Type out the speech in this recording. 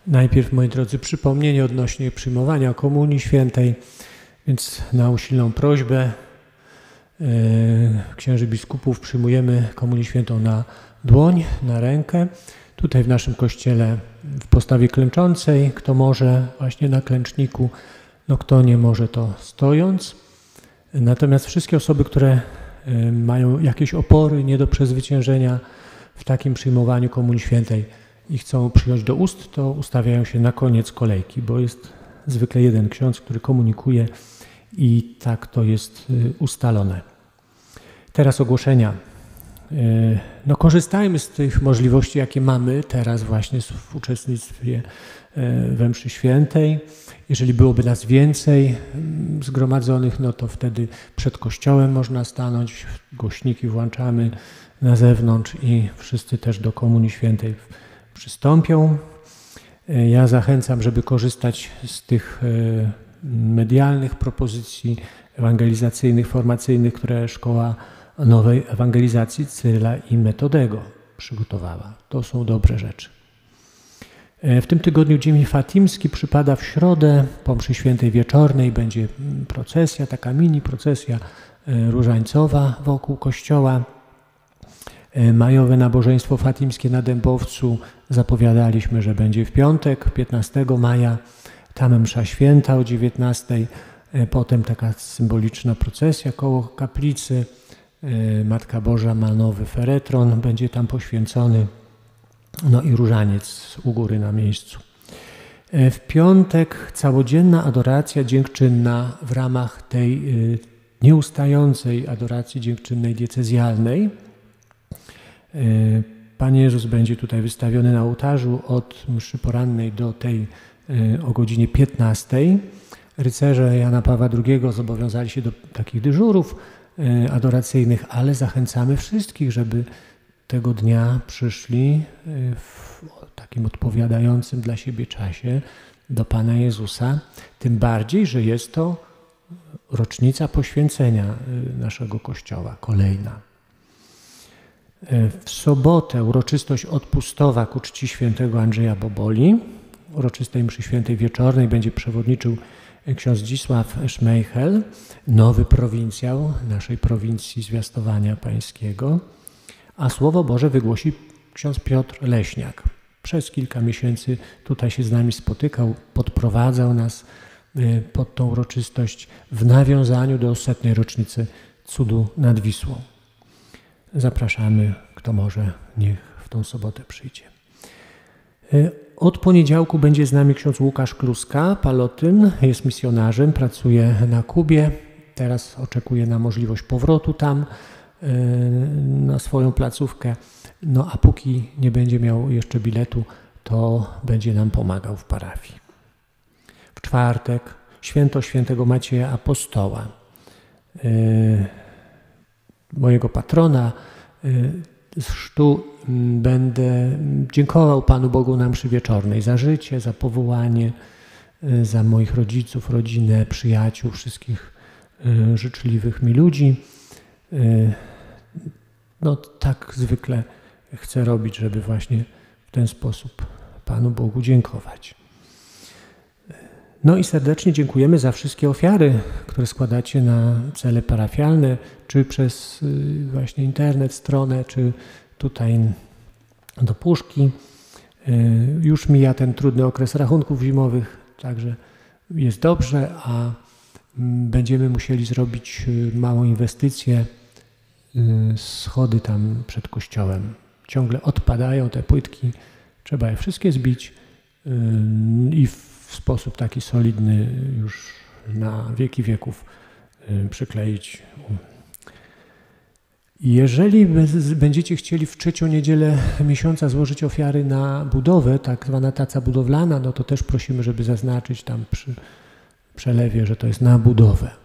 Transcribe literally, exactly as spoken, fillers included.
Najpierw, moi drodzy, przypomnienie odnośnie przyjmowania Komunii Świętej, więc na usilną prośbę księży biskupów przyjmujemy Komunię Świętą na dłoń, na rękę. Tutaj w naszym kościele w postawie klęczącej, kto może właśnie na klęczniku, no kto nie może to stojąc. Natomiast wszystkie osoby, które mają jakieś opory nie do przezwyciężenia w takim przyjmowaniu Komunii Świętej i chcą przyjąć do ust, to ustawiają się na koniec kolejki, bo jest zwykle jeden ksiądz, który komunikuje i tak to jest ustalone. Teraz ogłoszenia. No, korzystajmy z tych możliwości, jakie mamy teraz właśnie w uczestnictwie we mszy świętej. Jeżeli byłoby nas więcej zgromadzonych, no to wtedy przed kościołem można stanąć, głośniki włączamy na zewnątrz i wszyscy też do Komunii Świętej przystąpią. Ja zachęcam, żeby korzystać z tych medialnych propozycji ewangelizacyjnych, formacyjnych, które Szkoła Nowej Ewangelizacji Cyryla i Metodego przygotowała. To są dobre rzeczy. W tym tygodniu Dzień Fatimski przypada w środę. Po mszy świętej wieczornej będzie procesja, taka mini procesja różańcowa wokół kościoła. Majowe nabożeństwo fatimskie na Dębowcu zapowiadaliśmy, że będzie w piątek, piętnastego maja. Tam msza święta o dziewiętnastej. Potem taka symboliczna procesja koło kaplicy. Matka Boża ma nowy feretron, będzie tam poświęcony. No i różaniec u góry na miejscu. W piątek całodzienna adoracja dziękczynna w ramach tej nieustającej adoracji dziękczynnej diecezjalnej. Pan Jezus będzie tutaj wystawiony na ołtarzu od mszy porannej do tej o godzinie piętnastej. Rycerze Jana Pawła drugiego zobowiązali się do takich dyżurów adoracyjnych, ale zachęcamy wszystkich, żeby tego dnia przyszli w takim odpowiadającym dla siebie czasie do Pana Jezusa, tym bardziej, że jest to rocznica poświęcenia naszego Kościoła, kolejna. W sobotę uroczystość odpustowa ku czci świętego Andrzeja Boboli. Uroczystej mszy świętej wieczornej będzie przewodniczył ksiądz Zdzisław Szmejchel, nowy prowincjał naszej prowincji Zwiastowania Pańskiego, a Słowo Boże wygłosi ksiądz Piotr Leśniak. Przez kilka miesięcy tutaj się z nami spotykał, podprowadzał nas pod tą uroczystość w nawiązaniu do setnej rocznicy cudu nad Wisłą. Zapraszamy, kto może, niech w tą sobotę przyjdzie. Od poniedziałku będzie z nami ksiądz Łukasz Kluska, Palotyn, jest misjonarzem, pracuje na Kubie. Teraz oczekuje na możliwość powrotu tam, na swoją placówkę. No a póki nie będzie miał jeszcze biletu, to będzie nam pomagał w parafii. W czwartek święto świętego Macieja Apostoła, mojego patrona. Z chrztu będę dziękował Panu Bogu na mszy wieczornej za życie, za powołanie, za moich rodziców, rodzinę, przyjaciół, wszystkich życzliwych mi ludzi. No tak zwykle chcę robić, żeby właśnie w ten sposób Panu Bogu dziękować. No i serdecznie dziękujemy za wszystkie ofiary, które składacie na cele parafialne, czy przez właśnie internet, stronę, czy tutaj do puszki. Już mija ten trudny okres rachunków zimowych, także jest dobrze, a będziemy musieli zrobić małą inwestycję, schody tam przed kościołem. Ciągle odpadają te płytki, trzeba je wszystkie zbić i w sposób taki solidny już na wieki wieków przykleić. Jeżeli będziecie chcieli w trzecią niedzielę miesiąca złożyć ofiary na budowę, tak zwana taca budowlana, no to też prosimy, żeby zaznaczyć tam przy przelewie, że to jest na budowę.